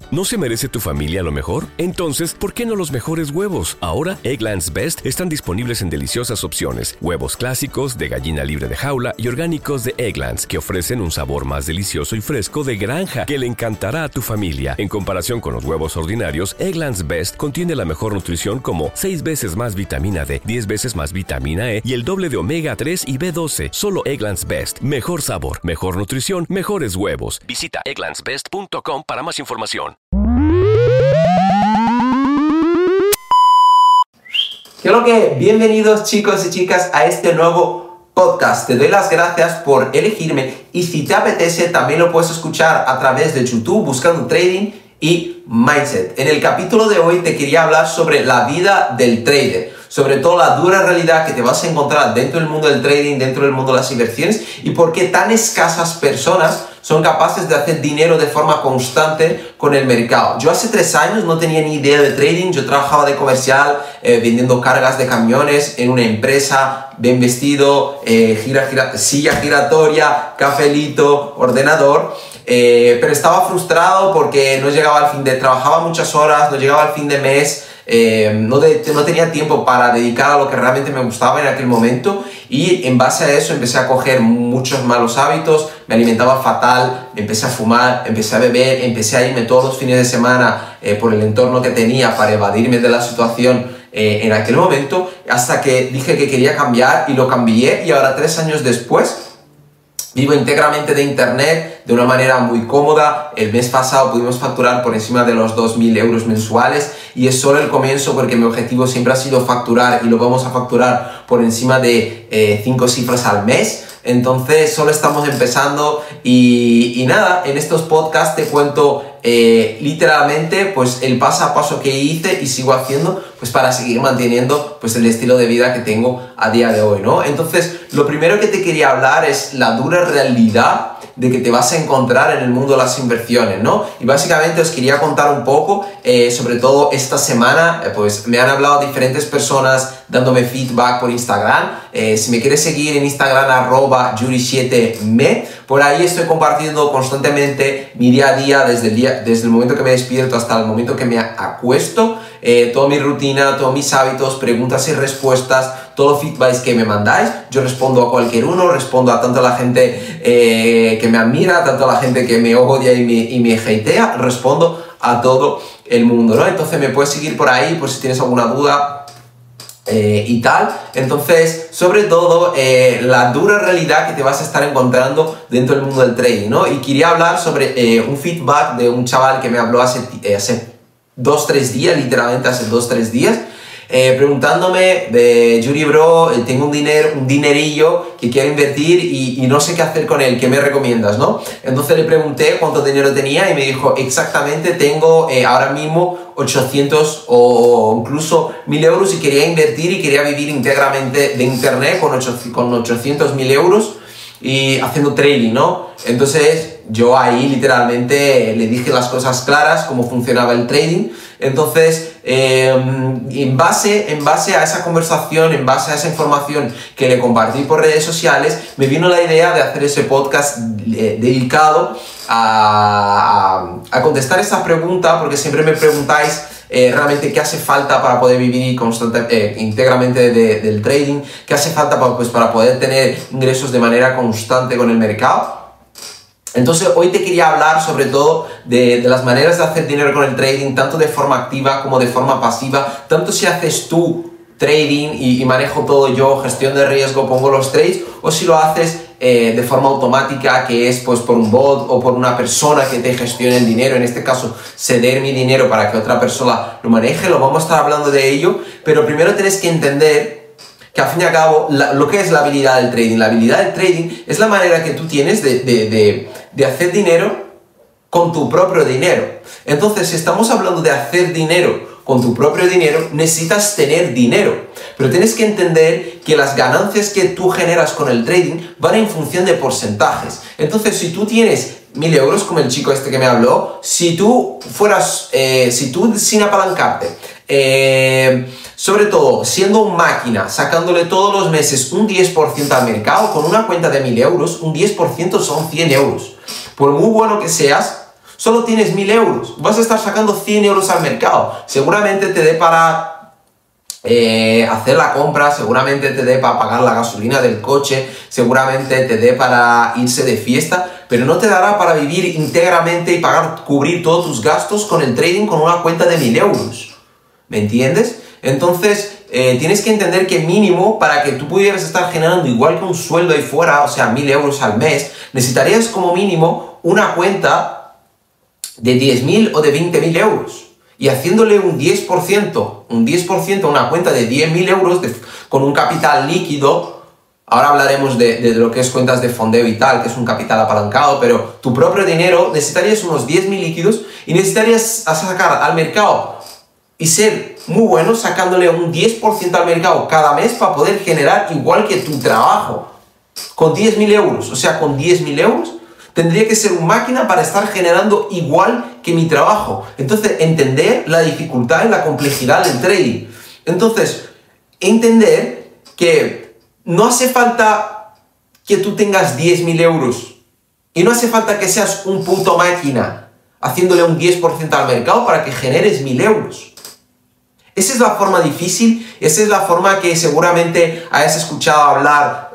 ¿No se merece tu familia lo mejor? Entonces, ¿por qué no los mejores huevos? Ahora, Eggland's Best están disponibles en deliciosas opciones. Huevos clásicos, de gallina libre de jaula y orgánicos de Eggland's, que ofrecen un sabor más delicioso y fresco de granja que le encantará a tu familia. En comparación con los huevos ordinarios, Eggland's Best contiene la mejor nutrición como 6 veces más vitamina D, 10 veces más vitamina E y el doble de omega 3 y B12. Solo Eggland's Best. Mejor sabor, mejor nutrición, mejores huevos. Visita egglandsbest.com para más información. ¿Qué es lo que? Bienvenidos chicos y chicas a este nuevo podcast. Te doy las gracias por elegirme y si te apetece también lo puedes escuchar a través de YouTube buscando trading y mindset. En el capítulo de hoy te quería hablar sobre la vida del trader, sobre todo la dura realidad que te vas a encontrar dentro del mundo del trading, dentro del mundo de las inversiones y por qué tan escasas personas son capaces de hacer dinero de forma constante con el mercado. Yo hace 3 años no tenía ni idea de trading, yo trabajaba de comercial vendiendo cargas de camiones en una empresa, bien vestido, silla giratoria, cafelito, ordenador, pero estaba frustrado porque no llegaba al fin de, trabajaba muchas horas, no llegaba al fin de mes, no tenía tiempo para dedicar a lo que realmente me gustaba en aquel momento y en base a eso empecé a coger muchos malos hábitos, me alimentaba fatal, empecé a fumar, empecé a beber, empecé a irme todos los fines de semana por el entorno que tenía para evadirme de la situación en aquel momento, hasta que dije que quería cambiar y lo cambié y ahora 3 años después vivo íntegramente de internet de una manera muy cómoda. El mes pasado pudimos facturar por encima de los 2.000 euros mensuales y es solo el comienzo porque mi objetivo siempre ha sido facturar y lo vamos a facturar por encima de 5 cifras al mes. Entonces solo estamos empezando y nada, en estos podcasts te cuento literalmente pues el paso a paso que hice y sigo haciendo pues para seguir manteniendo pues el estilo de vida que tengo a día de hoy, ¿no? Entonces lo primero que te quería hablar es la dura realidad de que te vas a encontrar en el mundo de las inversiones, ¿no? Y básicamente os quería contar un poco, sobre todo esta semana, pues me han hablado diferentes personas dándome feedback por Instagram. Si me quieres seguir en Instagram, @yuri7me, por ahí estoy compartiendo constantemente mi día a día, desde el momento que me despierto hasta el momento que me acuesto, toda mi rutina, todos mis hábitos, preguntas y respuestas, todos los feedbacks que me mandáis, yo respondo a cualquier uno, respondo a tanto a la gente que me admira, tanto a la gente que me odia y me hatea, respondo a todo el mundo, ¿no? Entonces me puedes seguir por ahí por si tienes alguna duda y tal. Entonces, sobre todo, la dura realidad que te vas a estar encontrando dentro del mundo del trading, ¿no? Y quería hablar sobre un feedback de un chaval que me habló hace 2-3 días, literalmente hace 2-3 días, preguntándome de Yuri bro, tengo un dinerillo que quiero invertir y no sé qué hacer con él, ¿qué me recomiendas, no? Entonces le pregunté cuánto dinero tenía y me dijo exactamente tengo ahora mismo 800 o incluso 1.000 euros y quería invertir y quería vivir íntegramente de internet con 800.000 euros y haciendo trading, ¿no? Entonces yo ahí literalmente le dije las cosas claras, cómo funcionaba el trading. Entonces en base a esa conversación, en base a esa información que le compartí por redes sociales, me vino la idea de hacer ese podcast dedicado a contestar esta pregunta, porque siempre me preguntáis realmente qué hace falta para poder vivir íntegramente del trading, qué hace falta para poder tener ingresos de manera constante con el mercado. Entonces hoy te quería hablar sobre todo de las maneras de hacer dinero con el trading, tanto de forma activa como de forma pasiva, tanto si haces tú trading y manejo todo yo, gestión de riesgo, pongo los trades, o si lo haces de forma automática, que es pues por un bot o por una persona que te gestione el dinero, en este caso ceder mi dinero para que otra persona lo maneje. Lo vamos a estar hablando de ello, pero primero tienes que entender que al fin y al cabo lo que es la habilidad del trading. La habilidad del trading es la manera que tú tienes de hacer dinero con tu propio dinero. Entonces, si estamos hablando de hacer dinero con tu propio dinero, necesitas tener dinero. Pero tienes que entender que las ganancias que tú generas con el trading van en función de porcentajes. Entonces, si tú tienes 1.000 euros, como el chico este que me habló, si tú sin apalancarte, sobre todo siendo un máquina, sacándole todos los meses un 10% al mercado, con una cuenta de 1.000 euros, un 10% son 100 euros. Por muy bueno que seas, solo tienes 1.000 euros, vas a estar sacando 100 euros al mercado. Seguramente te dé para hacer la compra, seguramente te dé para pagar la gasolina del coche, seguramente te dé para irse de fiesta, pero no te dará para vivir íntegramente y cubrir todos tus gastos con el trading con una cuenta de 1.000 euros. ¿Me entiendes? Entonces, tienes que entender que mínimo para que tú pudieras estar generando igual que un sueldo ahí fuera, o sea, 1.000 euros al mes, necesitarías como mínimo una cuenta de 10.000 o de 20.000 euros. Y haciéndole un 10% a una cuenta de 10.000 euros con un capital líquido, ahora hablaremos de lo que es cuentas de fondeo y tal, que es un capital apalancado, pero tu propio dinero necesitarías unos 10.000 líquidos y necesitarías sacar al mercado y ser muy bueno sacándole un 10% al mercado cada mes para poder generar igual que tu trabajo con 10.000 euros. O sea, con 10.000 euros tendría que ser una máquina para estar generando igual que mi trabajo. Entonces, entender la dificultad y la complejidad del trading. Entonces, entender que no hace falta que tú tengas 10.000 euros y no hace falta que seas un puto máquina haciéndole un 10% al mercado para que generes 1.000 euros. Esa es la forma difícil, esa es la forma que seguramente hayas escuchado hablar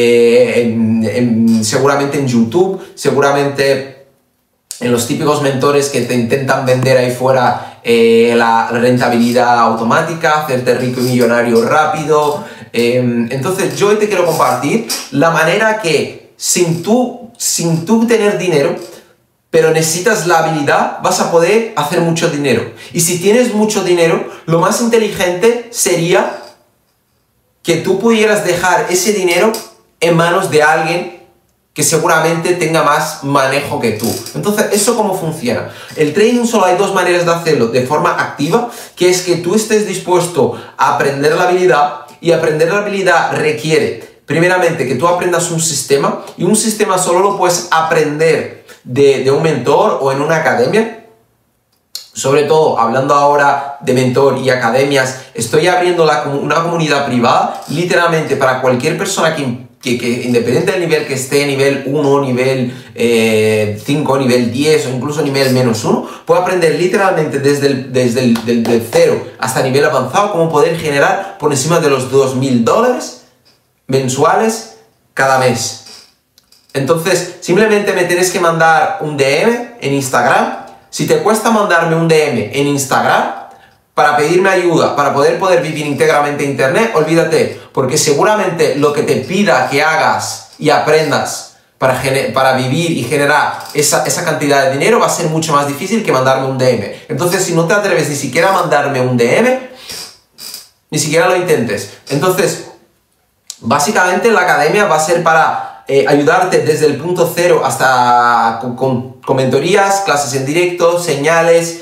seguramente en YouTube, seguramente en los típicos mentores que te intentan vender ahí fuera la rentabilidad automática, hacerte rico y millonario rápido. Entonces yo hoy te quiero compartir la manera que sin tú tener dinero, pero necesitas la habilidad, vas a poder hacer mucho dinero. Y si tienes mucho dinero, lo más inteligente sería que tú pudieras dejar ese dinero en manos de alguien que seguramente tenga más manejo que tú. Entonces, ¿eso cómo funciona? El trading solo hay dos maneras de hacerlo, de forma activa, que es que tú estés dispuesto a aprender la habilidad, y aprender la habilidad requiere, primeramente, que tú aprendas un sistema, y un sistema solo lo puedes aprender de un mentor o en una academia. Sobre todo, hablando ahora de mentor y academias, estoy abriendo una comunidad privada, literalmente para cualquier persona que independiente del nivel que esté, nivel 1, nivel 5, nivel 10 o incluso nivel -1, puede aprender literalmente desde el 0 hasta nivel avanzado cómo poder generar por encima de los $2.000 mensuales cada mes. Entonces, simplemente me tienes que mandar un DM en Instagram. Si te cuesta mandarme un DM en Instagram para pedirme ayuda, para poder vivir íntegramente Internet, olvídate, porque seguramente lo que te pida que hagas y aprendas para vivir y generar esa cantidad de dinero va a ser mucho más difícil que mandarme un DM. Entonces, si no te atreves ni siquiera a mandarme un DM, ni siquiera lo intentes. Entonces, básicamente la academia va a ser para ayudarte desde el punto cero hasta con mentorías, clases en directo, señales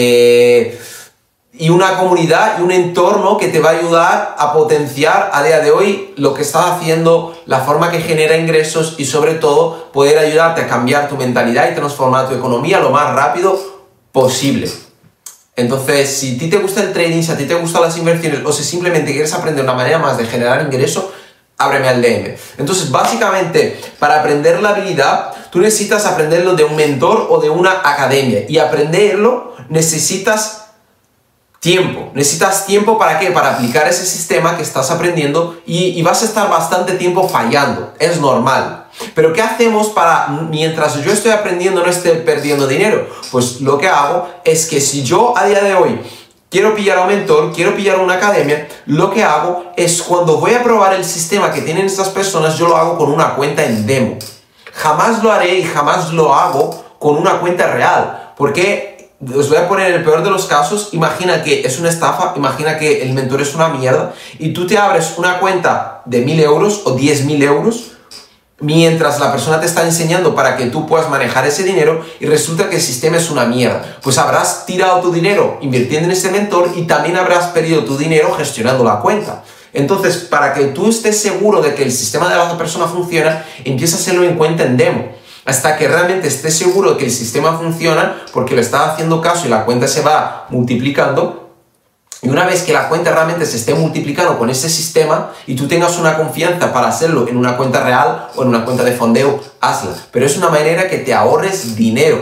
y una comunidad y un entorno que te va a ayudar a potenciar a día de hoy lo que estás haciendo, la forma que genera ingresos y sobre todo poder ayudarte a cambiar tu mentalidad y transformar tu economía lo más rápido posible. Entonces, si a ti te gusta el trading, si a ti te gustan las inversiones o si simplemente quieres aprender una manera más de generar ingresos, ábreme al DM. Entonces, básicamente, para aprender la habilidad, tú necesitas aprenderlo de un mentor o de una academia. Y aprenderlo necesitas tiempo. Necesitas tiempo ¿para qué? Para aplicar ese sistema que estás aprendiendo y vas a estar bastante tiempo fallando. Es normal. Pero ¿qué hacemos para, mientras yo estoy aprendiendo, no esté perdiendo dinero? Pues lo que hago es que si yo a día de hoy quiero pillar a un mentor, quiero pillar a una academia, lo que hago es cuando voy a probar el sistema que tienen estas personas, yo lo hago con una cuenta en demo. Jamás lo haré y jamás lo hago con una cuenta real. Porque os voy a poner el peor de los casos. Imagina que es una estafa, imagina que el mentor es una mierda y tú te abres una cuenta de 1.000 euros o 10.000 euros mientras la persona te está enseñando para que tú puedas manejar ese dinero y resulta que el sistema es una mierda. Pues habrás tirado tu dinero invirtiendo en ese mentor y también habrás perdido tu dinero gestionando la cuenta. Entonces, para que tú estés seguro de que el sistema de la otra persona funciona, empieza a hacerlo en cuenta en demo. Hasta que realmente estés seguro de que el sistema funciona porque le estás haciendo caso y la cuenta se va multiplicando. Y una vez que la cuenta realmente se esté multiplicando con ese sistema y tú tengas una confianza para hacerlo en una cuenta real o en una cuenta de fondeo, hazla. Pero es una manera que te ahorres dinero.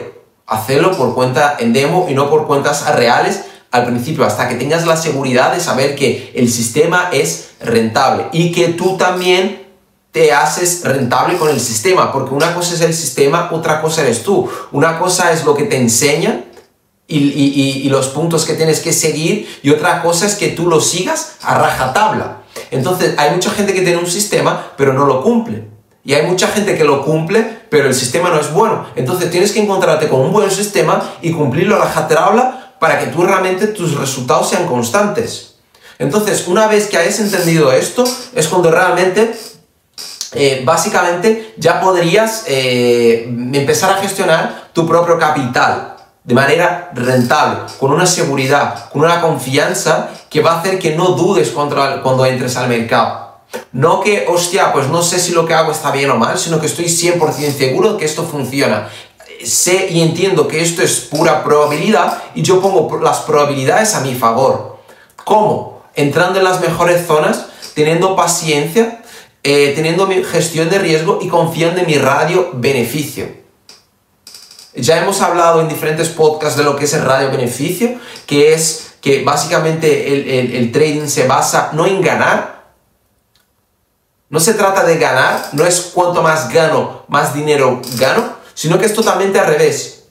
Hacerlo por cuenta en demo y no por cuentas reales al principio, hasta que tengas la seguridad de saber que el sistema es rentable y que tú también te haces rentable con el sistema, porque una cosa es el sistema, otra cosa eres tú. Una cosa es lo que te enseñan y los puntos que tienes que seguir, y otra cosa es que tú lo sigas a rajatabla. Entonces hay mucha gente que tiene un sistema pero no lo cumple, y hay mucha gente que lo cumple pero el sistema no es bueno. Entonces tienes que encontrarte con un buen sistema y cumplirlo a rajatabla para que tú realmente tus resultados sean constantes. Entonces, una vez que hayas entendido esto, es cuando realmente, básicamente, ya podrías empezar a gestionar tu propio capital de manera rentable, con una seguridad, con una confianza que va a hacer que no dudes cuando entres al mercado. No que, hostia, pues no sé si lo que hago está bien o mal, sino que estoy 100% seguro de que esto funciona. Sé y entiendo que esto es pura probabilidad y yo pongo las probabilidades a mi favor. ¿Cómo? Entrando en las mejores zonas, teniendo paciencia, teniendo mi gestión de riesgo y confiando en mi radio-beneficio. Ya hemos hablado en diferentes podcasts de lo que es el radio-beneficio, que es que básicamente el trading se basa no en ganar. No se trata de ganar, no es cuanto más gano, más dinero gano, sino que es totalmente al revés.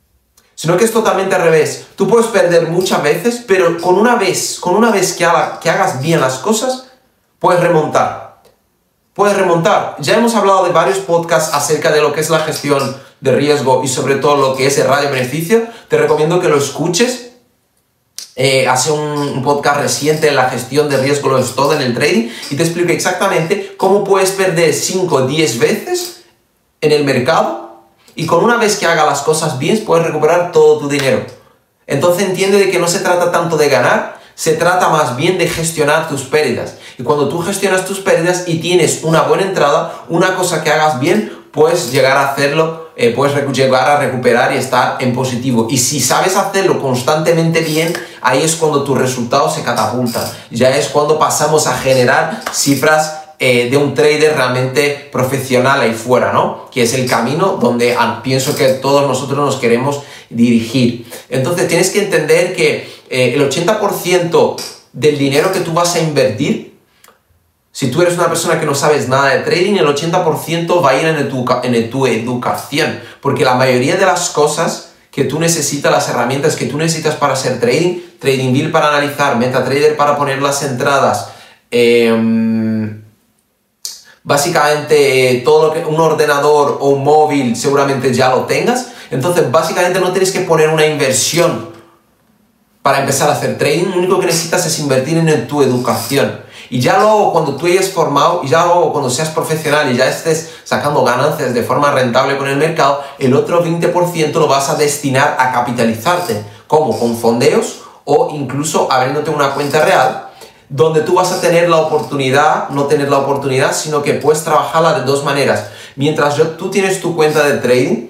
Tú puedes perder muchas veces, pero con una vez que hagas bien las cosas, puedes remontar. Ya hemos hablado de varios podcasts acerca de lo que es la gestión de riesgo y sobre todo lo que es el radio-beneficio. Te recomiendo que lo escuches. Hace un podcast reciente en la gestión de riesgo, lo es todo en el trading, y te explico exactamente cómo puedes perder 5 o 10 veces en el mercado. Y con una vez que haga las cosas bien, puedes recuperar todo tu dinero. Entonces entiende de que no se trata tanto de ganar, se trata más bien de gestionar tus pérdidas. Y cuando tú gestionas tus pérdidas y tienes una buena entrada, una cosa que hagas bien, puedes llegar a hacerlo, puedes llegar a recuperar y estar en positivo. Y si sabes hacerlo constantemente bien, ahí es cuando tus resultados se catapultan. Ya es cuando pasamos a generar cifras de un trader realmente profesional ahí fuera, ¿no? Que es el camino donde pienso que todos nosotros nos queremos dirigir. Entonces tienes que entender que el 80% del dinero que tú vas a invertir, si tú eres una persona que no sabes nada de trading, el 80% va a ir en tu educación, porque la mayoría de las cosas que tú necesitas, las herramientas que tú necesitas para hacer trading, TradingView para analizar, MetaTrader para poner las entradas, básicamente todo lo que un ordenador o un móvil seguramente ya lo tengas. Entonces básicamente no tienes que poner una inversión para empezar a hacer trading. Lo único que necesitas es invertir en tu educación, y ya luego cuando tú hayas formado, y ya luego cuando seas profesional y ya estés sacando ganancias de forma rentable con el mercado, el otro 20% lo vas a destinar a capitalizarte, como con fondeos o incluso abriéndote una cuenta real, donde tú vas a tener la oportunidad, no tener la oportunidad, sino que puedes trabajarla de dos maneras. Mientras tú tienes tu cuenta de trading,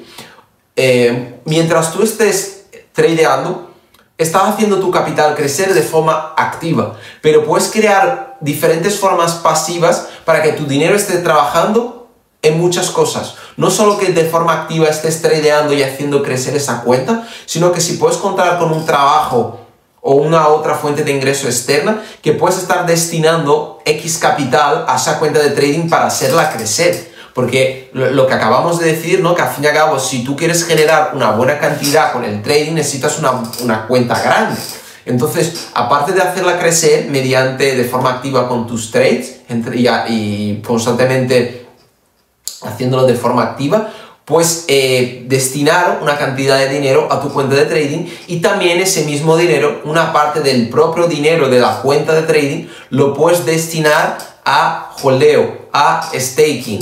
mientras tú estés tradeando, estás haciendo tu capital crecer de forma activa, pero puedes crear diferentes formas pasivas para que tu dinero esté trabajando en muchas cosas. No solo que de forma activa estés tradeando y haciendo crecer esa cuenta, sino que si puedes contar con un trabajo o una otra fuente de ingreso externa, que puedes estar destinando X capital a esa cuenta de trading para hacerla crecer. Porque lo que acabamos de decir, ¿no? Que al fin y al cabo, si tú quieres generar una buena cantidad con el trading, necesitas una cuenta grande. Entonces, aparte de hacerla crecer de forma activa con tus trades y constantemente haciéndolo de forma activa, pues destinar una cantidad de dinero a tu cuenta de trading, y también ese mismo dinero, una parte del propio dinero de la cuenta de trading, lo puedes destinar a holdeo, a staking,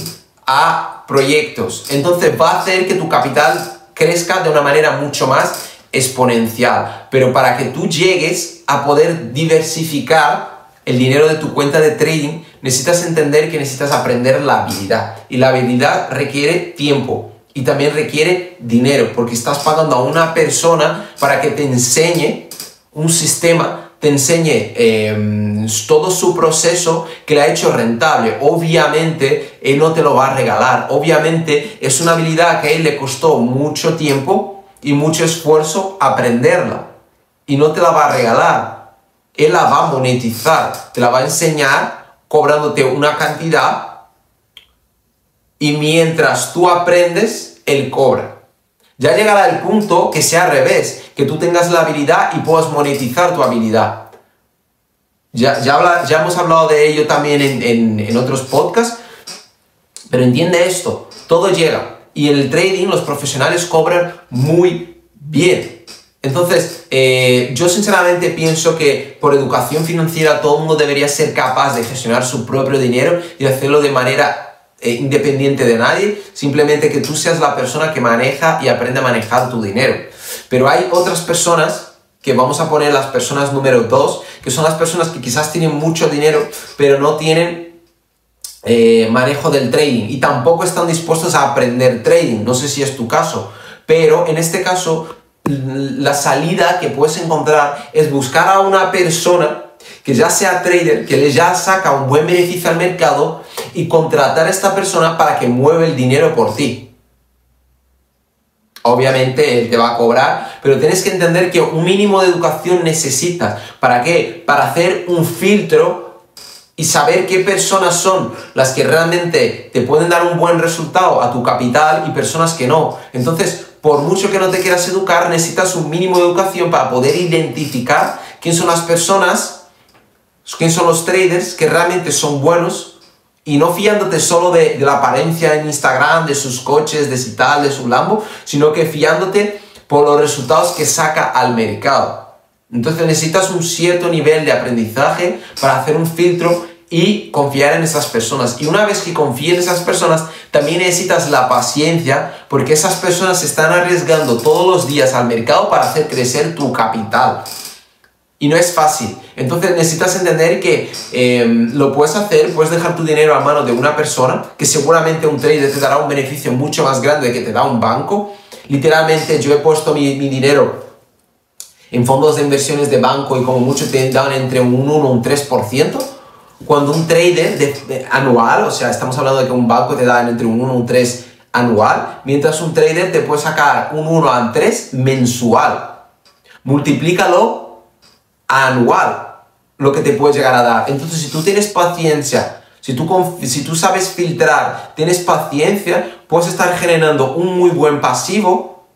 a proyectos. Entonces va a hacer que tu capital crezca de una manera mucho más exponencial. Pero para que tú llegues a poder diversificar el dinero de tu cuenta de trading, necesitas entender que necesitas aprender la habilidad, y la habilidad requiere tiempo y también requiere dinero, porque estás pagando a una persona para que te enseñe un sistema, te enseñe todo su proceso que le ha hecho rentable. Obviamente él no te lo va a regalar, obviamente es una habilidad que a él le costó mucho tiempo y mucho esfuerzo aprenderla. Y no te la va a regalar. Él la va a monetizar. Te la va a enseñar cobrándote una cantidad y mientras tú aprendes, él cobra. Ya llegará el punto que sea al revés, que tú tengas la habilidad y puedas monetizar tu habilidad. Ya hemos hablado de ello también en otros podcasts, pero entiende esto, todo llega. Y en el trading los profesionales cobran muy bien. Entonces, yo sinceramente pienso que por educación financiera todo el mundo debería ser capaz de gestionar su propio dinero y hacerlo de manera independiente de nadie, simplemente que tú seas la persona que maneja y aprende a manejar tu dinero. Pero hay otras personas, que vamos a poner las personas número 2, que son las personas que quizás tienen mucho dinero, pero no tienen manejo del trading y tampoco están dispuestos a aprender trading. No sé si es tu caso, pero en este caso la salida que puedes encontrar es buscar a una persona que ya sea trader, que le ya saca un buen beneficio al mercado y contratar a esta persona para que mueva el dinero por ti. Obviamente él te va a cobrar, pero tienes que entender que un mínimo de educación necesitas. ¿Para qué? Para hacer un filtro y saber qué personas son las que realmente te pueden dar un buen resultado a tu capital y personas que no. Entonces, por mucho que no te quieras educar, necesitas un mínimo de educación para poder identificar quién son las personas, quién son los traders que realmente son buenos y no fiándote solo de la apariencia en Instagram, de sus coches, de si tal, de su Lambo, sino que fiándote por los resultados que saca al mercado. Entonces necesitas un cierto nivel de aprendizaje para hacer un filtro y confiar en esas personas. Y una vez que confíes en esas personas, también necesitas la paciencia, porque esas personas se están arriesgando todos los días al mercado para hacer crecer tu capital. Y no es fácil. Entonces necesitas entender que lo puedes hacer, puedes dejar tu dinero a manos de una persona, que seguramente un trader te dará un beneficio mucho más grande que te da un banco. Literalmente yo he puesto mi dinero en fondos de inversiones de banco y como mucho te dan entre un 1 o un 3%. Cuando un trader anual, o sea, estamos hablando de que un banco te da entre un 1 y un 3 anual, mientras un trader te puede sacar un 1 a 3 mensual. Multiplícalo anual, lo que te puede llegar a dar. Entonces, si tú tienes paciencia, si tú sabes filtrar, tienes paciencia, puedes estar generando un muy buen pasivo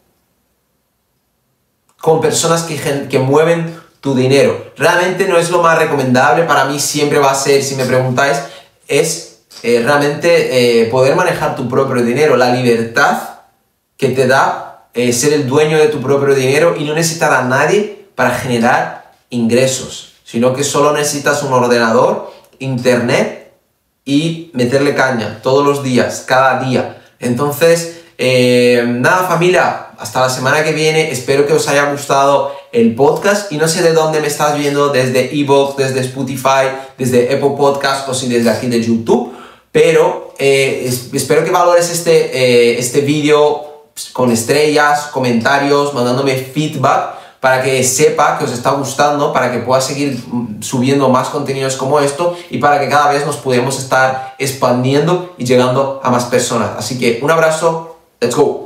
con personas que mueven tu dinero. Realmente no es lo más recomendable, para mí siempre va a ser, si me preguntáis, es realmente poder manejar tu propio dinero, la libertad que te da ser el dueño de tu propio dinero y no necesitar a nadie para generar ingresos, sino que solo necesitas un ordenador, internet y meterle caña todos los días, cada día. Entonces, nada familia, hasta la semana que viene. Espero que os haya gustado el podcast y no sé de dónde me estás viendo, desde iVoox, desde Spotify, desde Apple Podcast o si desde aquí de YouTube, pero espero que valores este vídeo con estrellas, comentarios, mandándome feedback para que sepa que os está gustando, para que pueda seguir subiendo más contenidos como esto y para que cada vez nos podamos estar expandiendo y llegando a más personas. Así que un abrazo, let's go.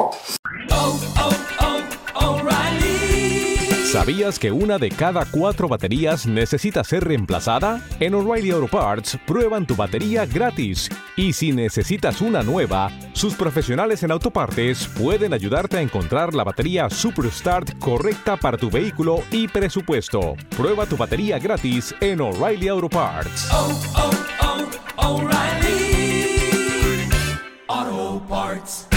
¿Sabías que una de cada 4 baterías necesita ser reemplazada? En O'Reilly Auto Parts prueban tu batería gratis. Y si necesitas una nueva, sus profesionales en autopartes pueden ayudarte a encontrar la batería Superstart correcta para tu vehículo y presupuesto. Prueba tu batería gratis en O'Reilly Auto Parts. O'Reilly Auto Parts.